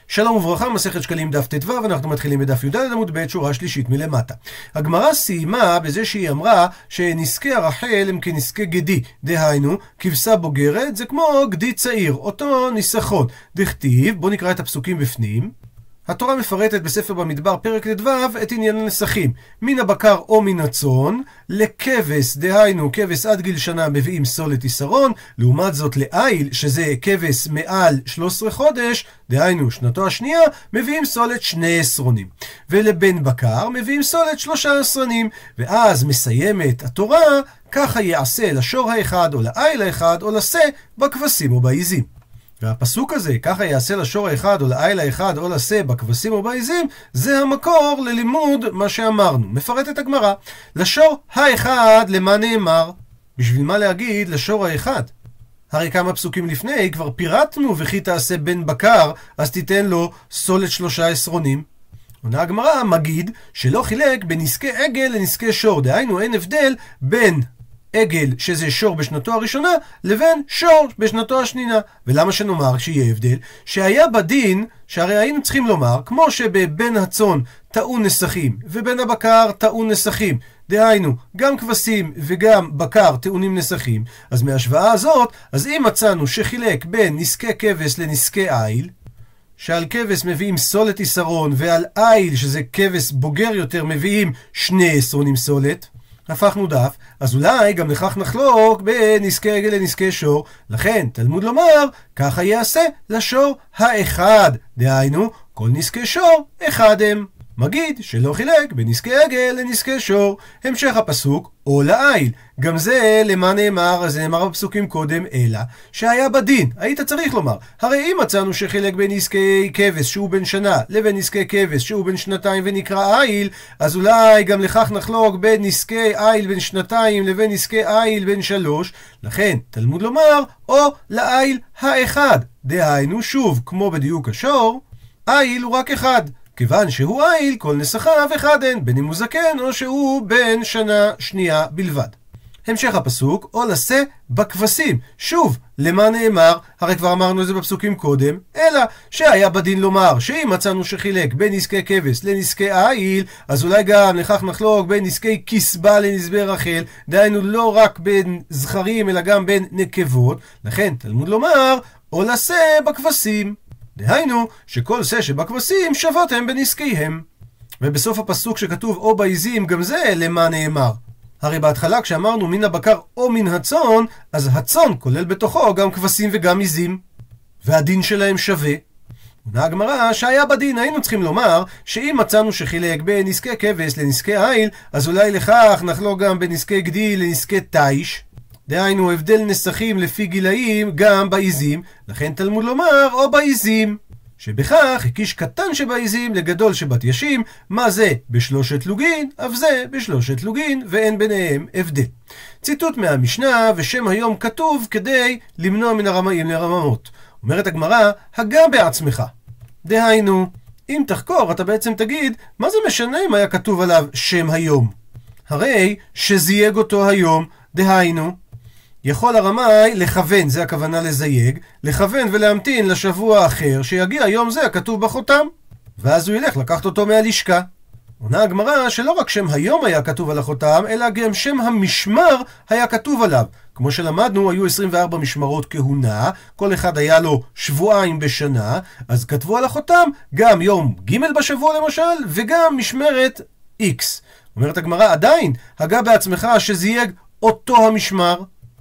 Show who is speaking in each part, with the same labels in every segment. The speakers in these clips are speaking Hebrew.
Speaker 1: שלום וברכה, מסכת שקלים דף ט"ו, אנחנו מתחילים בדף י"ד עמוד ב' שורה שלישית מלמטה. הגמרא סיימה בזה שהיא אמרה שנזקי הרחל הם כנזקי גדי, דהיינו, כבשה בוגרת זה כמו גדי צעיר, אותו ניסחון. דכתיב, בוא נקרא את הפסוקים בפנים. התורה מפרטת בספר במדבר פרק ט"ו את עניין הנסחים. מן הבקר או מן הצאן, לכבש, דהיינו כבש עד גיל שנה מביאים סולת יסרון, לעומת זאת לאיל, שזה כבש מעל 13 חודש, דהיינו שנתו השנייה, מביאים סולת 2 עשרונים. ולבן בקר מביאים סולת 3 עשרונים, ואז מסיימת התורה, ככה יעשה לשור האחד או לאיל האחד או לשה בכבשים או בעיזים. והפסוק הזה, ככה יעשה לשור האחד או לאיל האחד או לשה בכבשים או בעיזים, זה המקור ללימוד מה שאמרנו. מפרטת הגמרא. לשור האחד למה נאמר? בשביל מה להגיד לשור האחד? הרי כמה פסוקים לפני כבר פירטנו וכי תעשה בן בקר, אז תיתן לו סולת 3 עשרונים. עונה הגמרא, מגיד שלא חילק בין נזקי עגל לנזקי שור, דהיינו אין הבדל בין עגל שזה שור בשנתו הראשונה לבין שור בשנתו השנייה. ולמה שנאמר שיהיה הבדל? שהיה בדין, שהרי היינו צריכים לומר, כמו שבבן הצאן טעון נסחים ובן הבקר טעון נסחים, דהיינו גם כבשים וגם בקר טעונים נסחים, אז מהשוואה הזאת, אז אם מצאנו שחילק בין נזקי כבש לנזקי איל, שעל כבש מביאים סולת יסרון ועל איל שזה כבש בוגר יותר מביאים 2 עשרונים סולת, הפכנו דף, אז אולי גם לכך נחלוק בין נזקי עגל לנזקי שור. לכן תלמוד לומר, ככה יעשה לשור האחד, דהיינו כל נזקי שור אחד הם. מגיד שלא חילק בין נזקי עגל לנזקי שור. המשך הפסוק, או לאיל, גם זה למה נאמר? אז נאמר בפסוקים קודם, אלא שהיה בדין, היית צריך לומר, הרי אם מצאנו שחילק בין נזקי כבש שהוא בן שנה לבין נזקי כבש שהוא בן 2 ונקרא איל, אז אולי גם לכך נחלוק בין נזקי איל בן 2 לבין נזקי איל בן 3. לכן תלמוד לומר, או לאיל האחד, דהיינו שוב כמו בדיוק השור, איל הוא רק אחד, כיוון שהוא איל כל נסחיו אחד הן, בין אם הוא זקן או שהוא בן שנה שנייה בלבד. המשך הפסוק, או לשה בכבשים. שוב, למה נאמר? הרי כבר אמרנו את זה בפסוקים קודם, אלא שהיה בדין לומר שאם מצאנו שחילק בין נזקי כבש לנזקי איל, אז אולי גם לכך נחלוק בין נזקי כסבה לנזבי רחל, דהיינו לא רק בין זכרים אלא גם בין נקבות. לכן תלמוד לומר, או לשה בכבשים. דהיינו שכל שה שבכבשים שוות הם בנזקיהם. ובסוף הפסוק שכתוב או בעיזים, גם זה למה נאמר? הרי בהתחלה כשאמרנו מן הבקר או מן הצאן, אז הצאן כולל בתוכו גם כבשים וגם עיזים, והדין שלהם שווה. עונה הגמרא שהיה בדין, היינו צריכים לומר שאם מצאנו שחילק בין נזקי כבש לנזקי איל, אז אולי לכך נחלוק גם בין נזקי גדי לנזקי תיש, דהיינו הבדל נסחים לפי גילאים גם בעיזים. לכן תלמוד לומר או בעיזים, שבכך הקיש קטן שבעיזים לגדול שבת ישים, מה זה בשלושת לוגין, אף זה בשלושת לוגין, ואין ביניהם הבדל. ציטוט מהמשנה, ושם היום כתוב כדי למנוע מן הרמאים לרממות. אומרת הגמרא, הגה בעצמך. דהיינו, אם תחקור אתה בעצם תגיד, מה זה משנה אם היה כתוב עליו שם היום? הרי שזייג אותו היום, דהיינו, יכול הרמאי לכוון, זה הכוונה לזייג, לכוון ולהמתין לשבוע אחר שיגיע יום זה הכתוב בחותם, ואז הוא ילך לקחת אותו מהלשכה. עונה הגמרא שלא רק שם היום היה כתוב על החותם, אלא גם שם המשמר היה כתוב עליו. כמו שלמדנו, היו 24 משמרות כהונה, כל אחד היה לו שבועיים בשנה, אז כתבו על החותם גם יום ג' בשבוע למשל, וגם משמרת X. אומרת הגמרא, עדיין, הגה בעצמך שזייג אותו המשמר.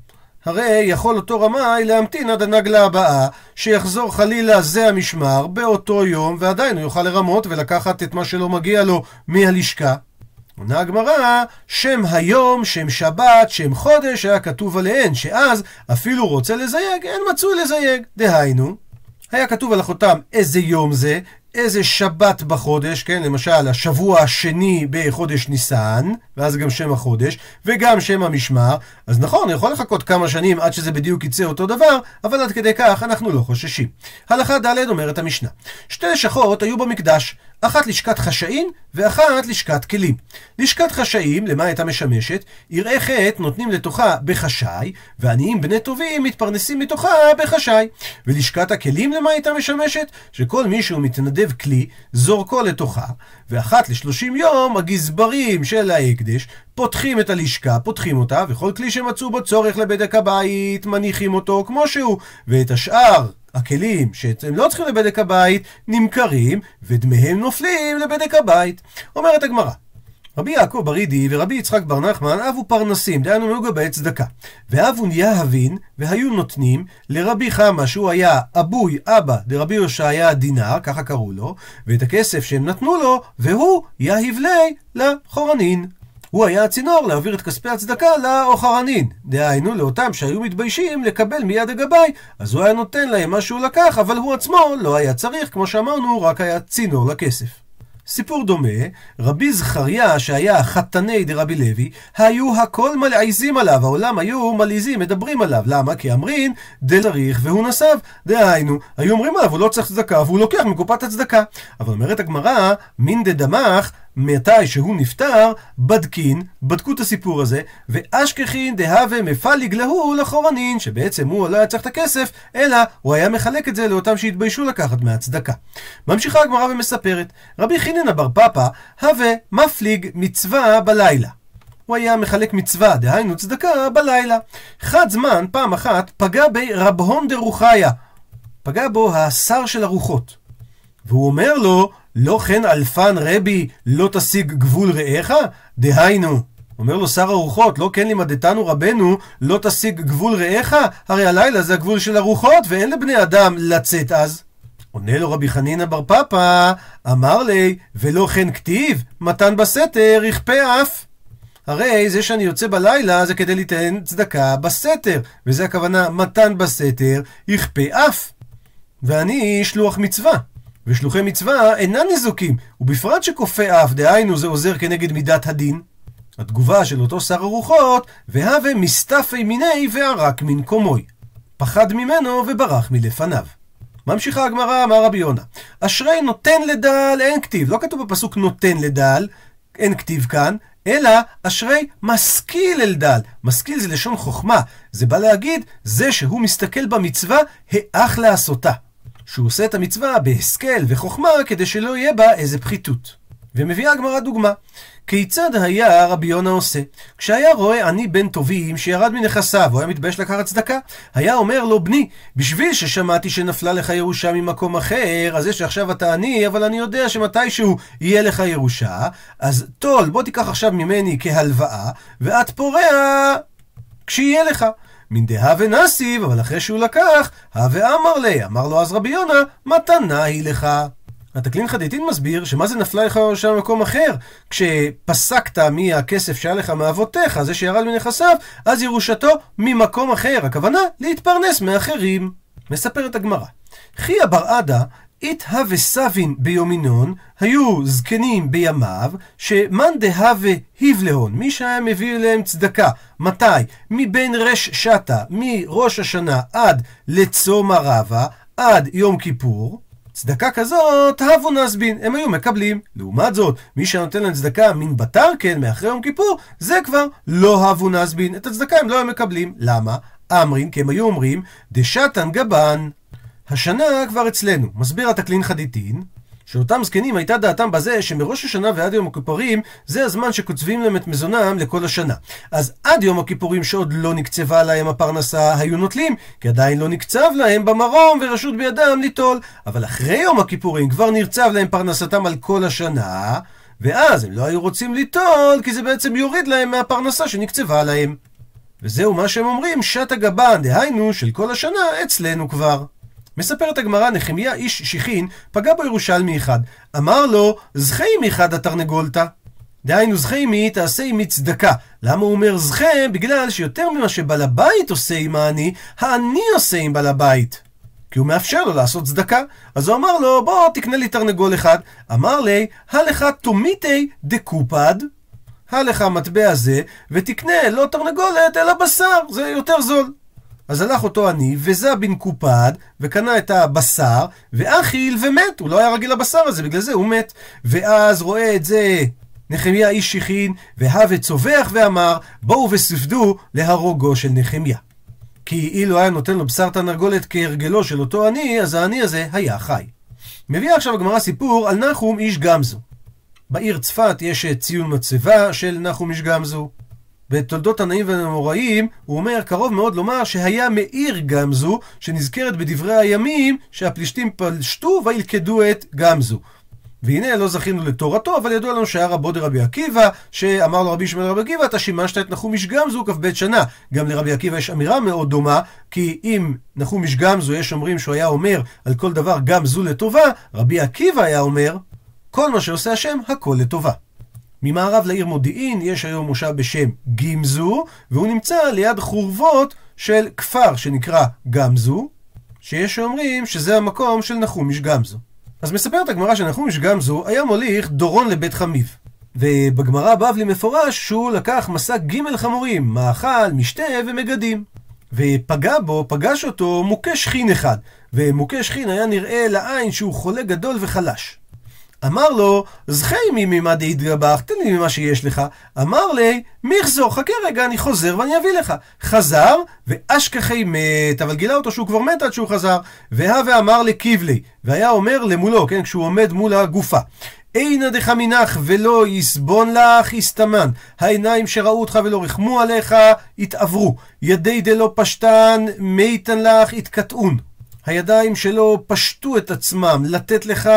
Speaker 1: הרי יכול אותו רמאי להמתין עד הנגלה הבאה, שיחזור חלילה זה המשמר באותו יום, ועדיין הוא יוכל לרמות ולקחת את מה שלא מגיע לו מהלשכה. עונה הגמרא, שם היום, שם שבת, שם חודש היה כתוב עליהן, שאז אפילו רוצה לזייג, אין מצוי לזייג. דהיינו, היה כתוב על החותם איזה יום זה, איזה שבת בחודש, כן, למשל השבוע השני בחודש ניסן, ואז גם שם החודש, וגם שם המשמר. אז נכון, יכול לחכות כמה שנים עד שזה בדיוק יצא אותו דבר, אבל עד כדי כך אנחנו לא חוששים. הלכה ד' אומרת המשנה, 2 לשכות היו במקדש, אחת לשכת חשאין ואחת לשכת כלים. לשכת חשאים, למה הייתה משמשת? יראי חטא נותנים לתוכה בחשאי, ועניים בני טובים מתפרנסים מתוכה בחשאי. ולשכת הכלים למה הייתה משמשת? שכל מישהו מתנדב כלי, זורקו לתוכה, ואחת ל30 יום הגזברים של ההקדש פותחים את הלשכה, פותחים אותה, וכל כלי שמצאו בו צורך לבדק הבית מניחים אותו כמו שהוא, ואת השאר הכלים שהם לא צריכים לבדק הבית נמכרים ודמיהם נופלים לבדק הבית. אומרת הגמרא, רבי יעקב ברידי ורבי יצחק בר נחמן אבו פרנסים, דהיינו מגבי צדקה, ואבו יהבין והיו נותנים לרבי חמה שהוא היה אבוי אבא דרבי יושעיה דינר, ככה קראו לו, ואת הכסף שהם נתנו לו והוא יהיב לי לחורנין. הוא היה הצינור להעביר את כספי הצדקה לאוחרנין, דהיינו לאותם שהיו מתביישים לקבל מיד הגבאי, אז הוא היה נותן להם מה שהוא לקח, אבל הוא עצמו לא היה צריך, כמו שאמרנו, רק היה צינור לכסף. סיפור דומה, רבי זכריה שהיה חתני דרבי לוי, היו הכל מלעיזים עליו, העולם היו מלעיזים, מדברים עליו. למה? כי אמרין דלריך והוא נסב, דהיינו, היו אומרים עליו, הוא לא צריך צדקה והוא לוקח מקופת הצדקה. אבל אומרת הגמרא, מין דדמך, מתי שהוא נפטר, בדקו את הסיפור הזה, ואשכחין דהווה מפליג להו לחורנין, שבעצם הוא לא היה צריך את הכסף, אלא הוא היה מחלק את זה לאותם שהתביישו לקחת מהצדקה. ממשיכה הגמרא ומספרת, רבי חינן בר פפא, הווה מפליג מצווה בלילה. הוא היה מחלק מצווה, דהיינו צדקה בלילה. חד זמן, פעם אחת, פגע ברבהון דרוחיה, פגע בו השר של הרוחות, והוא אומר לו, לא כן אלפן רבי לא תשיג גבול רעך? דהיינו, אומר לו שר הרוחות, לא כן לימדתנו רבנו לא תשיג גבול רעך? הרי הלילה זה הגבול של הרוחות ואין לבני אדם לצאת אז. עונה לו רבי חנינא בר פפא, אמר לי, ולא כן כתיב, מתן בסתר יכפה אף. הרי זה שאני יוצא בלילה זה כדי ליתן צדקה בסתר, וזה הכוונה מתן בסתר יכפה אף. ואני שלוח מצווה, ושלוחי מצווה אינם ניזוקים, ובפרט שכופה אף, דהיינו זה עוזר כנגד מידת הדין. התגובה של אותו שר הרוחות, והווה מסתפי מיני וערק מן קומוי, פחד ממנו וברח מלפניו. ממשיכה הגמרא, אמר רבי יונה, אשרי נותן לדל אין כתיב, לא כתוב בפסוק נותן לדל, אין כתיב כאן, אלא אשרי משכיל אל דל. משכיל זה לשון חוכמה, זה בא להגיד זה שהוא מסתכל במצווה האח לעשותה, שהוא עושה את המצווה בהשכל וחוכמה כדי שלא יהיה בה איזה פחיתות. ומביאה הגמרא דוגמה, כיצד היה רבי יונה עושה? כשהיה רואה עני בן טובים שירד מנכסיו, הוא היה מתבייש לקחת צדקה, היה אומר לו, בני, בשביל ששמעתי שנפלה לך ירושה ממקום אחר, אז יש שעכשיו אתה עני, אבל אני יודע שמתישהו יהיה לך ירושה, אז תול, בוא תיקח עכשיו ממני כהלוואה, ואת פורע כשיהיה לך. מן דהווה נסיב, אבל אחרי שהוא לקח, הווה אמר לי, אמר לו אז רבי יונה, מתנה היא לך. התקלין חדיתין מסביר שמה זה נפלה לך ירושה ממקום אחר? כשפסקת מהכסף שהיה לך מאבותיך, זה שירד מנכסיו, אז ירושתו ממקום אחר, הכוונה להתפרנס מאחרים. מספרת הגמרא, חייא בר עדה איתהה וסבין ביומינון, היו זקנים בימיו, שמאן דהווה היב להון, מי שהיה מביא להם צדקה. מתי? מבין רש שתה, מראש השנה עד לצום הרבה, עד יום כיפור, צדקה כזאת, הבו נסבין, הם היו מקבלים. לעומת זאת, מי שנותן להם צדקה מן בתר, כן, מאחרי יום כיפור, זה כבר לא הבו נסבין. את הצדקה הם לא היו מקבלים. למה? אמרין, כי הם היו אומרים, דשתן גבן. השנה כבר אצלנו. מסביר התקלין חדיתין, שאותם זקנים הייתה דעתם בזה שמראש השנה ועד יום הכיפורים זה הזמן שקוצבים להם את מזונם לכל השנה. אז עד יום הכיפורים שעוד לא נקצבה להם הפרנסה היו נוטלים, כי עדיין לא נקצב להם במרום ורשות בידם ליטול. אבל אחרי יום הכיפורים כבר נרצב להם פרנסתם על כל השנה, ואז הם לא היו רוצים ליטול, כי זה בעצם יוריד להם מהפרנסה שנקצבה להם. וזהו מה שהם אומרים, שת הגבן, דהיינו של כל השנה אצלנו כבר. מספרת הגמרא, נחמיה איש שיחין פגע בו ירושלמי אחד, אמר לו, זכי מיחד התרנגולתא, דהיינו זכי מי תעשה עמי צדקה. למה הוא אומר זכי? בגלל שיותר ממה שבעל הבית עושה עם העני, העני עושה עם בעל הבית, כי הוא מאפשר לו לעשות צדקה. אז הוא אמר לו, בוא תקנה לי תרנגול אחד. אמר לי, הלך תומיתי דקופד, הלך מטבע זה ותקנה לא תרנגולת אלא בשר, זה יותר זול. אז הלך אותו עני, וזה בן קופד, וקנה את הבשר, ואכיל ומת. הוא לא היה רגיל לבשר הזה, בגלל זה הוא מת. ואז רואה את זה נחמיה איש שכין, והווה צובח ואמר, בואו וספדו להרוגו של נחמיה. כי אילו היה נותן לו בשר תרנגולת כהרגלו של אותו עני, אז העני הזה היה חי. מביאה עכשיו הגמרא סיפור על נחום איש גמזו. בעיר צפת יש ציון מצבה של נחום איש גמזו. בתולדות תנאים והאמוראים הוא אומר קרוב מאוד לומר שהיה מעיר גמזו, שנזכרת בדברי הימים שהפלישתים פלשתו וילכדו את גמזו. והנה לא זכינו לתורתו, אבל ידוע לנו שהיה רבו דרבי עקיבא, שאמר לו רבי ישמעאל רבי עקיבא, אתה שימשת את נחום איש גמזו כ"ב שנה. גם לרבי עקיבא יש אמירה מאוד דומה, כי אם נחום איש גמזו יש אומרים שהוא היה אומר על כל דבר גמזו לטובה, רבי עקיבא היה אומר כל מה שעושה השם הכל לטובה. ממערב לעיר מודיעין יש היום מושב בשם גמזו, והוא נמצא ליד חורבות של כפר שנקרא גמזו, שיש שאומרים שזה המקום של נחום איש גמזו. אז מספרת הגמרא שנחום איש גמזו היה מוליך דורון לבית חמיב. ובגמרא בבלי מפורש שהוא לקח מסע ג' חמורים, מאכל, משתה ומגדים. פגש אותו מוכה שכין אחד, ומוכה שכין היה נראה לעין שהוא חולה גדול וחלש. אמר לו, זכי ממה דהתגבח, תן לי ממה שיש לך. אמר לי, מיחזור, חכה רגע, אני חוזר ואני אביא לך. חזר, ואשכחי מת, אבל גילה אותו שהוא כבר מת עד שהוא חזר. והווה אמר לקיבלי, והיה אומר למולו, כן, כשהוא עומד מול הגופה. אינה דחמינך ולא יסבון לך יסתמן, העיניים שראו אותך ולא רחמו עליך יתעברו, ידי דלא פשטן מיתן לך יתקטעון, הידיים שלא פשטו את עצמם לתת לך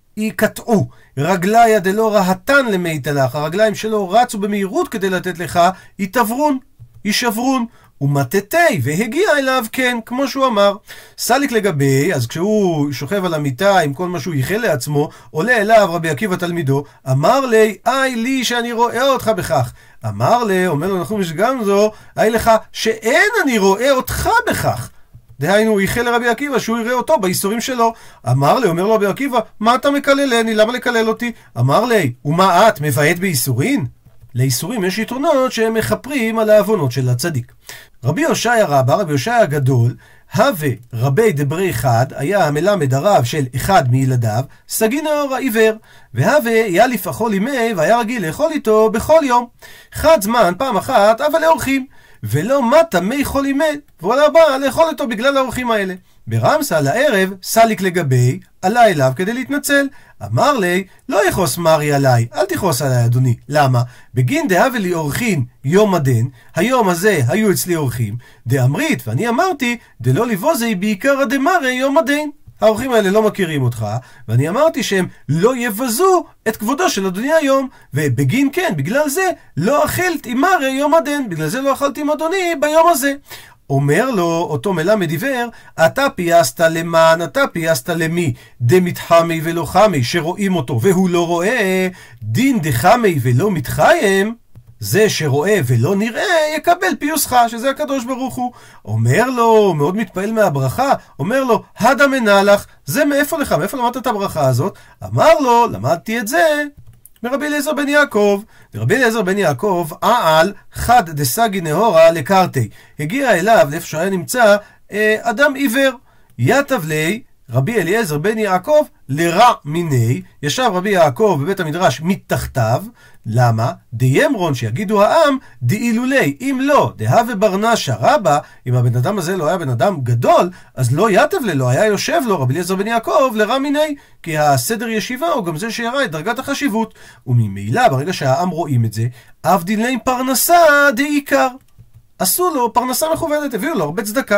Speaker 1: יקטעו, רגליה דלא רהתן למיתן לך, הרגליים שלא רצו במהירות כדי לתת לך יתעברון, יישברון, ומתתי, והגיע אליו, כן, כמו שהוא אמר. סליק לגבי, אז כשהוא שוכב על המיטה עם כל מה שהוא ייחל לעצמו, עולה אליו רבי עקיבא תלמידו, אמר לי, איי לי שאני רואה אותך בכך. אמר לי, אומר לו נחום איש גמזו, איי לך שאין אני רואה אותך בכך. דהיינו, הוא ייחל לרבי עקיבא שהוא יראה אותו בייסורים שלו. אמר לי, אומר לו רבי עקיבא, מה אתה מקללני? למה לקלל אותי? אמר לי, ומה את מבעט בייסורין? לאיסורים יש יתרונות שהם מחפרים על העוונות של הצדיק. רבי הושעיה רבא, רבי הושעיה הגדול, הווה רבי דברי אחד, היה המלמד הרב של אחד מילדיו, סגי נאור העיוור, והווה יאליף אכול ימי, והיה רגיל לאכול איתו בכל יום. חד זמן פעם אחת, אבל לאורחים, ולא מתה מי חול ימי, והוא לא בא לאכול איתו בגלל האורחים האלה. ברמסה לערב, סליק לגבי, עלה אליו כדי להתנצל. אמר לי, לא יכוס מרי עליי, אל תכוס עליי אדוני. למה? בגין דהווה לי אורחין יום הדין, היום הזה היו אצלי אורחים, דאמרית, ואני אמרתי, דלא לבוזי בעיקר הדמרי יום הדין. האורחים האלה לא מכירים אותך, ואני אמרתי שהם לא יבזו את כבודו של אדוני היום, ובגין כן, בגלל זה, לא אכלת עם מרי יום הדין, בגלל זה לא אכלתי עם אדוני ביום הזה. אומר לו אותו מלמד עיוור, אתה פייסת למען, אתה פייסת למי? דמתחמי ולא חמי, שרואים אותו והוא לא רואה, דין דחמי ולא מתחיים, זה שרואה ולא נראה יקבל פיוסך, שזה הקדוש ברוך הוא. אומר לו, מאוד מתפעל מהברכה, אומר לו, הדה מנהלך, זה מאיפה לך? מאיפה למדת את הברכה הזאת? אמר לו, למדתי את זה מרבי אליעזר בן יעקב. רבי אליעזר בן יעקב על חד דסגי נהורה לקרתי, הגיע אליו לאיפה שהיה נמצא אדם עיוור, יתב לי רבי אליעזר בן יעקב לרע מיני, ישב רבי יעקב בבית המדרש מתחתיו. למה? דיימרון, שיגידו העם, דאילולי, אם לא, דהווה ברנשה רבה, אם הבן אדם הזה לא היה בן אדם גדול, אז לא יתב לו, היה יושב לו רבי אליעזר בן יעקב לרע מיני, כי הסדר ישיבה הוא גם זה שיראה את דרגת החשיבות, וממילא ברגע שהעם רואים את זה, עבדין להם פרנסה דעיקר, עשו לו פרנסה מכוונת, הביאו לו הרבה צדקה.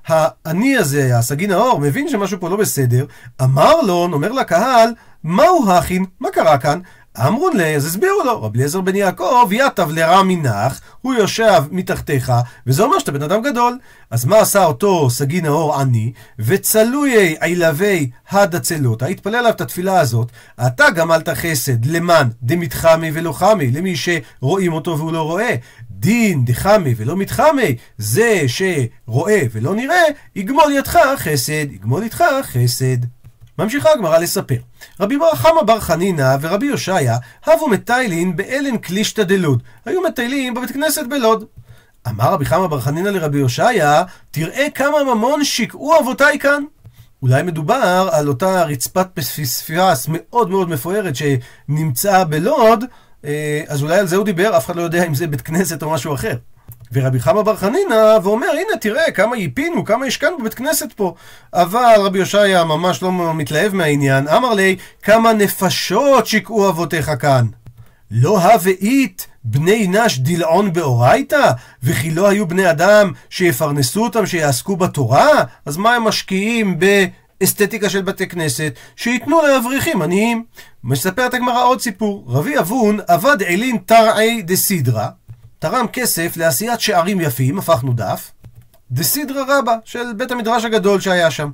Speaker 1: העני הזה, הסגי נאור, מבין שמשהו פה לא בסדר, אמר לו, אומר לקהל, מהו הכין? מה קרה כאן? אמרון לי, אז הסבירו לו, רבי אליעזר בן יעקב יתב לרע מנך, הוא יושב מתחתיך, וזה אומר שאתה בן אדם גדול. אז מה עשה אותו סגי נאור עני? וצלויי עילבי הדצלותה, התפלל עליו את התפילה הזאת, אתה גמלת חסד למען דמתחמי ולא חמי, למי שרואים אותו והוא לא רואה, דין דחמי ולא מתחמי, זה שרואה ולא נראה, יגמול ידך חסד, יגמול ידך חסד. ממשיכה הגמרא לספר. רבי בר חמא בר חנינא ורבי הושעיה הבו מטיילין באלן קלישתא דלוד. היו מטיילים בבית כנסת בלוד. אמר רבי חמא בר חנינא לרבי הושעיה, תראה כמה ממון שיקעו אבותיי כאן. אולי מדובר על אותה רצפת פספס מאוד מאוד מפוארת שנמצאה בלוד, אז אולי על זה הוא דיבר, אף אחד לא יודע אם זה בית כנסת או משהו אחר. ורבי חמא בר חנינא ואומר, הנה תראה כמה ייפינו, כמה השקענו בבית כנסת פה. אבל רבי הושעיה ממש לא מתלהב מהעניין, אמר לי, כמה נפשות שיקעו אבותיך כאן. לא הוואית בני נש דילעון באורייתא, וכי לא היו בני אדם שיפרנסו אותם, שיעסקו בתורה? אז מה הם משקיעים באסתטיקה של בתי כנסת? שיתנו לאברכים עניים. מספרת הגמרא עוד סיפור. רבי אבון עבד עילין תרעי דסידרה, תרם כסף לעשיית שערים יפים, הפכנו דף, דסידרה רבה של בית המדרש הגדול שהיה שם.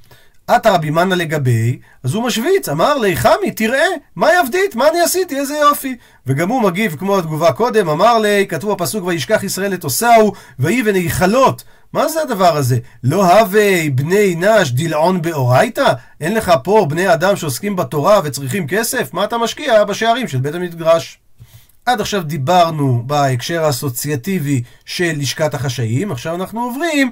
Speaker 1: עתה רבי מנא לגבי, אז הוא משוויץ, אמר לי, חמי, תראה, מה יבדית, מה אני עשיתי, איזה יופי. וגם הוא מגיב כמו התגובה קודם, אמר לי, כתוב הפסוק, וישכח ישראל את עושהו, ויבן היכלות. מה זה הדבר הזה? לא הווי בני נש דילעון באורייתא? אין לך פה בני אדם שעוסקים בתורה וצריכים כסף? מה אתה משקיע בשערים של בית המדרש? עד עכשיו דיברנו בהקשר האסוציאטיבי של לשכת החשאים, עכשיו אנחנו עוברים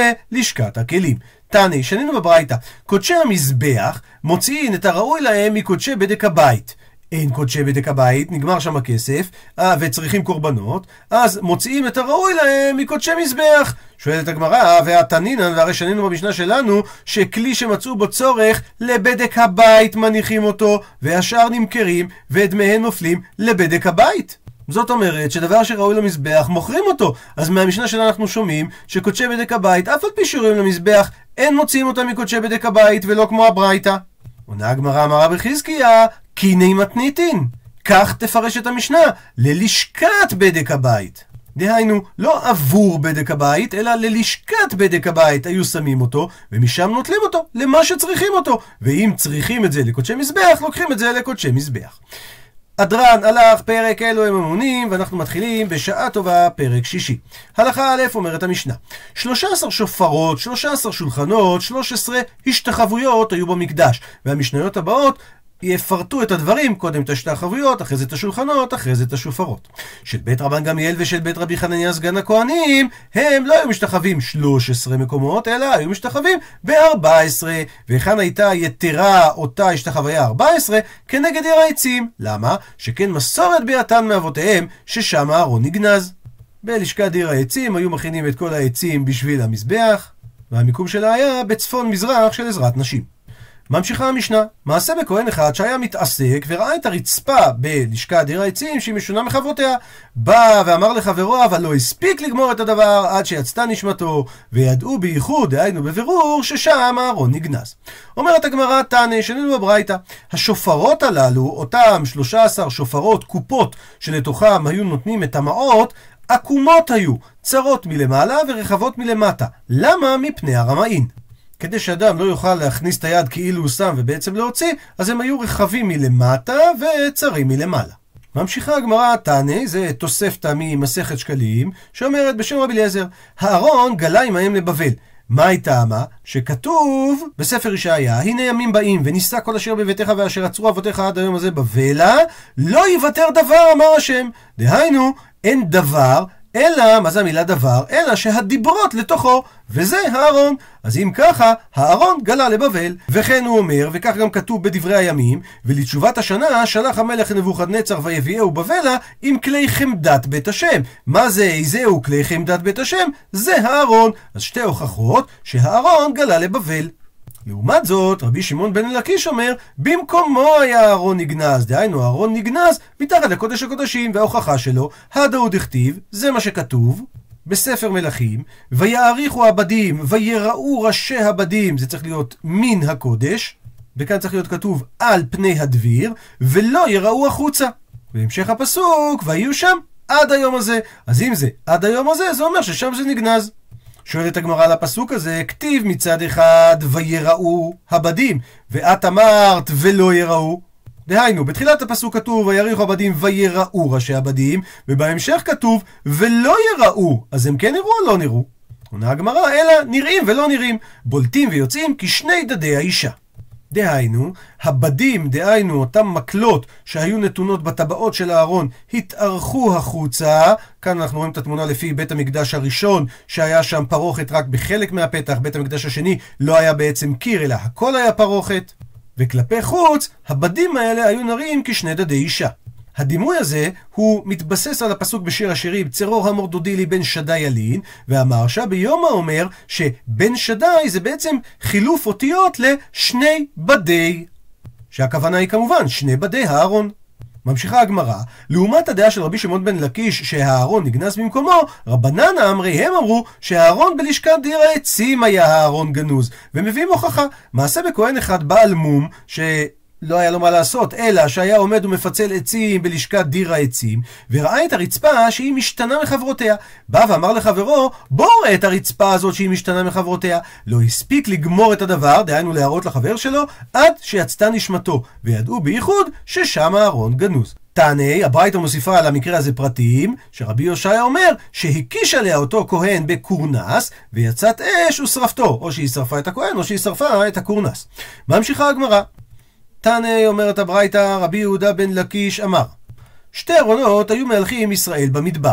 Speaker 1: ללשכת הכלים. תני, שנינו בברייתא, קודשי המזבח מוציאים את הראוי להם מקודשי בדק הבית. אין קודשי בדק הבית, נגמר שם הכסף, וצריכים קורבנות, אז מוציאים את הראוי להם מקודשי מזבח. שואלת הגמרא, והתנינן, והרי שנינו במשנה שלנו, שכלי שמצאו בו צורך לבדק הבית מניחים אותו, והשאר נמכרים, ודמיהם נופלים לבדק הבית. זאת אומרת שדבר שראוי למזבח מוכרים אותו. אז מהמשנה שלנו אנחנו שומעים שקודשי בדק הבית, אף על פי שראויים למזבח, אין מוציאים אותם מקודשי בדק הבית, ולא כמו הברייתא. עונה הגמרא, אמר רבי חזקיה, קיני מתניתין. כך תפרש את המשנה, ללשכת בדק הבית. דהיינו, לא עבור בדק הבית, אלא ללשכת בדק הבית היו שמים אותו, ומשם נוטלים אותו למה שצריכים אותו. ואם צריכים את זה לקודשי מזבח, לוקחים את זה לקודשי מזבח. אדרן הלך, פרק אלו הם אמונים, ואנחנו מתחילים בשעה טובה, פרק שישי. הלכה א' אומרת המשנה, 13 שופרות, 13 שולחנות, 13 השתחוויות היו במקדש, והמשניות הבאות יפרטו את הדברים, קודם את השתחוויות, אחרי זה את השולחנות, אחרי זה את השופרות. של בית רבן גמליאל ושל בית רבי חנניה סגן הכהנים, הם לא היו משתחווים 13 מקומות, אלא היו משתחווים ב-14, וכאן הייתה יתרה אותה השתחוויה 14, כנגד עיר העצים. למה? שכן מסורת ביאתן מאבותיהם, ששם הארון נגנז. בלשכת עיר העצים היו מכינים את כל העצים בשביל המזבח, והמיקום שלה היה בצפון מזרח של עזרת נשים. ממשיכה המשנה, מעשה בכהן אחד שהיה מתעסק וראה את הרצפה בלשכת עיר העצים שהיא משונה מחברותיה, בא ואמר לחברו, אבל לא הספיק לגמור את הדבר עד שיצתה נשמתו, וידעו בייחוד, דהיינו בבירור, ששם הארון נגנז. אומרת הגמרא, תנא, שנינו בברייתא, השופרות הללו, אותם 13 שופרות קופות שלתוכם היו נותנים את המעות, עקומות היו, צרות מלמעלה ורחבות מלמטה. למה? מפני הרמאין. כדי שאדם לא יוכל להכניס את היד כאילו הוא שם ובעצם להוציא, אז הם היו רחבים מלמטה וצרים מלמעלה. ממשיכה הגמרא, תנא, זה תוספתא ממסכת שקלים, שאומרת בשם רבי אליעזר, הארון גלה עמהם לבבל. מה הייתה מה? שכתוב בספר ישעיה, הנה ימים באים ונישא כל אשר בביתך ואשר עצרו אבותיך עד היום הזה בבלה, לא יוותר דבר, אמר השם. דהיינו, אין דבר, אלא, מה זה המילה דבר? אלא שהדיברות לתוכו, וזה הארון. אז אם ככה, הארון גלה לבבל. וכן הוא אומר, וכך גם כתוב בדברי הימים, ולתשובת השנה שלח המלך נבוכדנצר ויביאהו בבלה עם כלי חמדת בית השם. מה זה איזהו כלי חמדת בית השם? זה הארון. אז שתי הוכחות שהארון גלה לבבל. לעומת זאת, רבי שמעון בן לקיש אומר, במקומו היה הארון נגנז, דהיינו הארון נגנז מתחת לקודש הקודשים, וההוכחה שלו, הדאוד הכתיב, זה מה שכתוב בספר מלכים, ויעריכו הבדים, ויראו ראשי הבדים, זה צריך להיות מן הקודש, וכאן צריך להיות כתוב על פני הדביר, ולא יראו החוצה. בהמשך הפסוק, ויהיו שם עד היום הזה. אז אם זה עד היום הזה, זה אומר ששם זה נגנז. שואלת הגמרא על הפסוק הזה, כתיב מצד אחד ויראו הבדים, ואת אמרת ולא יראו. דהיינו, בתחילת הפסוק כתוב ויריחו הבדים ויראו ראשי הבדים, ובהמשך כתוב ולא יראו, אז הם כן נראו או לא נראו? עונה הגמרא, אלא נראים ולא נראים, בולטים ויוצאים כשני דדי האישה. דהיינו, הבדים, דהיינו, אותם מקלות שהיו נתונות בטבעות של הארון, התארכו החוצה. כאן אנחנו רואים את התמונה לפי בית המקדש הראשון, שהיה שם פרוכת רק בחלק מהפתח. בית המקדש השני לא היה בעצם קיר, אלא הכל היה פרוכת. וכלפי חוץ, הבדים האלה היו נראים כשני דדי אישה. הדימוי הזה הוא מתבסס על הפסוק בשיר השירים, צרור המורדודי לי בן שדי ילין, והמהרש"א ביומא אומר שבן שדי זה בעצם חילוף אותיות לשני בדי, שהכוונה היא כמובן שני בדי הארון. ממשיכה הגמרא, לעומת הדעה של רבי שמעון בן לקיש שהארון נגנז במקומו, רבנן אמרי הם אמרו שהארון בלשכת דיר העצים היה הארון גנוז, ומביאים הוכחה. מעשה בכהן אחד בעל מום לא היה לו מה לעשות, אלא שהיה עומד ומפצל עצים בלשכת דיר העצים, וראה את הרצפה שהיא משתנה מחברותיה. בא ואמר לחברו, בוא ראה את הרצפה הזאת שהיא משתנה מחברותיה. לא הספיק לגמור את הדבר, דהיינו להראות לחבר שלו, עד שיצתה נשמתו, וידעו בייחוד ששם הארון גנוז. תעני, הברייתא מוסיפה על המקרה הזה פרטים, שרבי יושעיה אומר שהקיש עליה אותו כהן בקורנס, ויצאת אש ושרפתו, או שהיא שרפה את הכהן, או שהיא שרפה את הקורנס. ממשיכה הגמרא. תנא, אומרת הברייתא, רבי יהודה בן לקיש אמר, שתי ארונות היו מהלכים ישראל במדבר.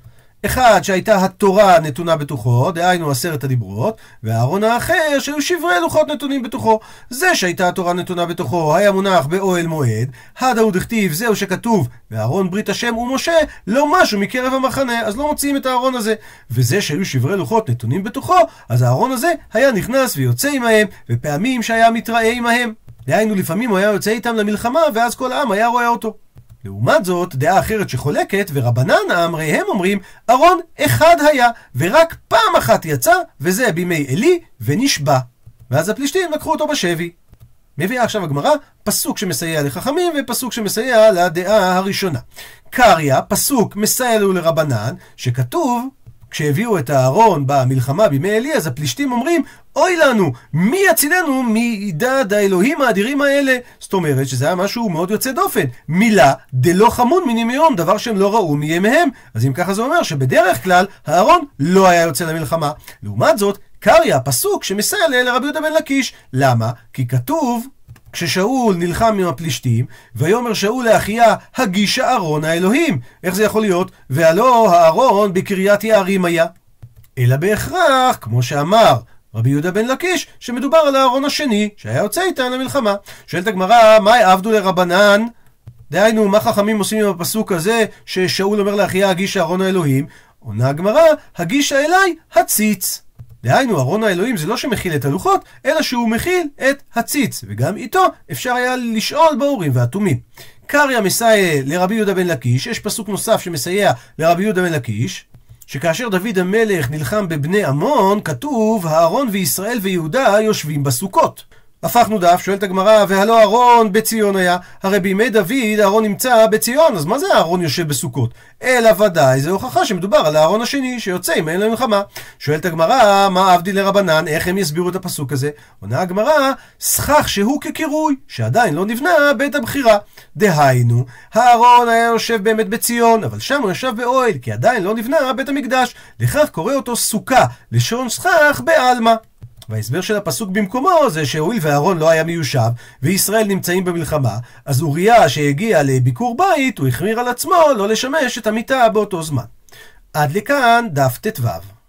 Speaker 1: אחד שהייתה התורה נתונה בתוכו, דהיינו 10 הדיברות, והארון האחר שהיו שברי לוחות נתונים בתוכו. זה שהייתה התורה נתונה בתוכו היה מונח באוהל מועד, הדאוד הכתיב זהו שכתוב, והארון ברית השם ומשה לא משהו מקרב המחנה, אז לא מוציאים את הארון הזה. וזה שהיו שברי לוחות נתונים בתוכו, אז הארון הזה היה נכנס ויוצא עמהם, ופעמים שהיה מתראה עמהם. דהיינו לפעמים הוא היה יוצא איתם למלחמה, ואז כל העם היה רואה אותו. לעומת זאת, דעה אחרת שחולקת, ורבנן אמרי הם אומרים, ארון אחד היה, ורק פעם אחת יצא, וזה בימי אלי, ונשבע. ואז הפלישתים לקחו אותו בשבי. מביאה עכשיו הגמרא פסוק שמסייע לחכמים, ופסוק שמסייע לדעה הראשונה. קריא, פסוק מסייע לו לרבנן, שכתוב, כשהביאו את הארון במלחמה בימי אלי, אז הפלישתים אומרים, אוי לנו, מי יצילנו מידד האלוהים האדירים האלה? זאת אומרת שזה היה משהו מאוד יוצא דופן. מילה דלא חמון מנימיון, דבר שהם לא ראו מימיהם. אז אם ככה זה אומר שבדרך כלל הארון לא היה יוצא למלחמה. לעומת זאת, קריא, הפסוק שמסייע לרבי יהודה בן לקיש. למה? כי כתוב, כששאול נלחם עם הפלישתים, ויאמר שאול לאחיה, הגיש הארון האלוהים. איך זה יכול להיות? והלא הארון בקריית יערים היה. אלא בהכרח, כמו שאמר רבי יהודה בן לקיש, שמדובר על הארון השני, שהיה יוצא איתן למלחמה. שואלת הגמרא, מה עבדו לרבנן? דהיינו, מה חכמים עושים עם הפסוק הזה, ששאול אומר לאחיה, הגיש הארון האלוהים? עונה הגמרא, הגיש אליי הציץ. דהיינו, ארון האלוהים זה לא שמכיל את הלוחות, אלא שהוא מכיל את הציץ, וגם איתו אפשר היה לשאול באורים והתומים. קריא מסייע לרבי יהודה בן לקיש, יש פסוק נוסף שמסייע לרבי יהודה בן לקיש, שכאשר דוד המלך נלחם בבני עמון, כתוב, הארון וישראל ויהודה יושבים בסוכות. הפכנו דף, שואלת הגמרא, והלא הארון בציון היה, הרי בימי דוד הארון נמצא בציון, אז מה זה הארון יושב בסוכות? אלא ודאי, זה הוכחה שמדובר על הארון השני שיוצא עם אין למלחמה. שואלת הגמרא, מה עבדי לרבנן? איך הם יסבירו את הפסוק הזה? עונה הגמרא, סכך שהוא כקירוי, שעדיין לא נבנה בית הבחירה. דהיינו, הארון היה יושב באמת בציון, אבל שם הוא יושב באוהל, כי עדיין לא נבנה בית המקדש. לכך קורא אותו סוכה, לשון סכך בעלמא. וההסבר של הפסוק במקומו זה שהואיל והארון לא היה מיושב וישראל נמצאים במלחמה, אז אוריה שהגיע לביקור בית הוא החמיר על עצמו לא לשמש את המיטה באותו זמן. עד לכאן דף ט"ו.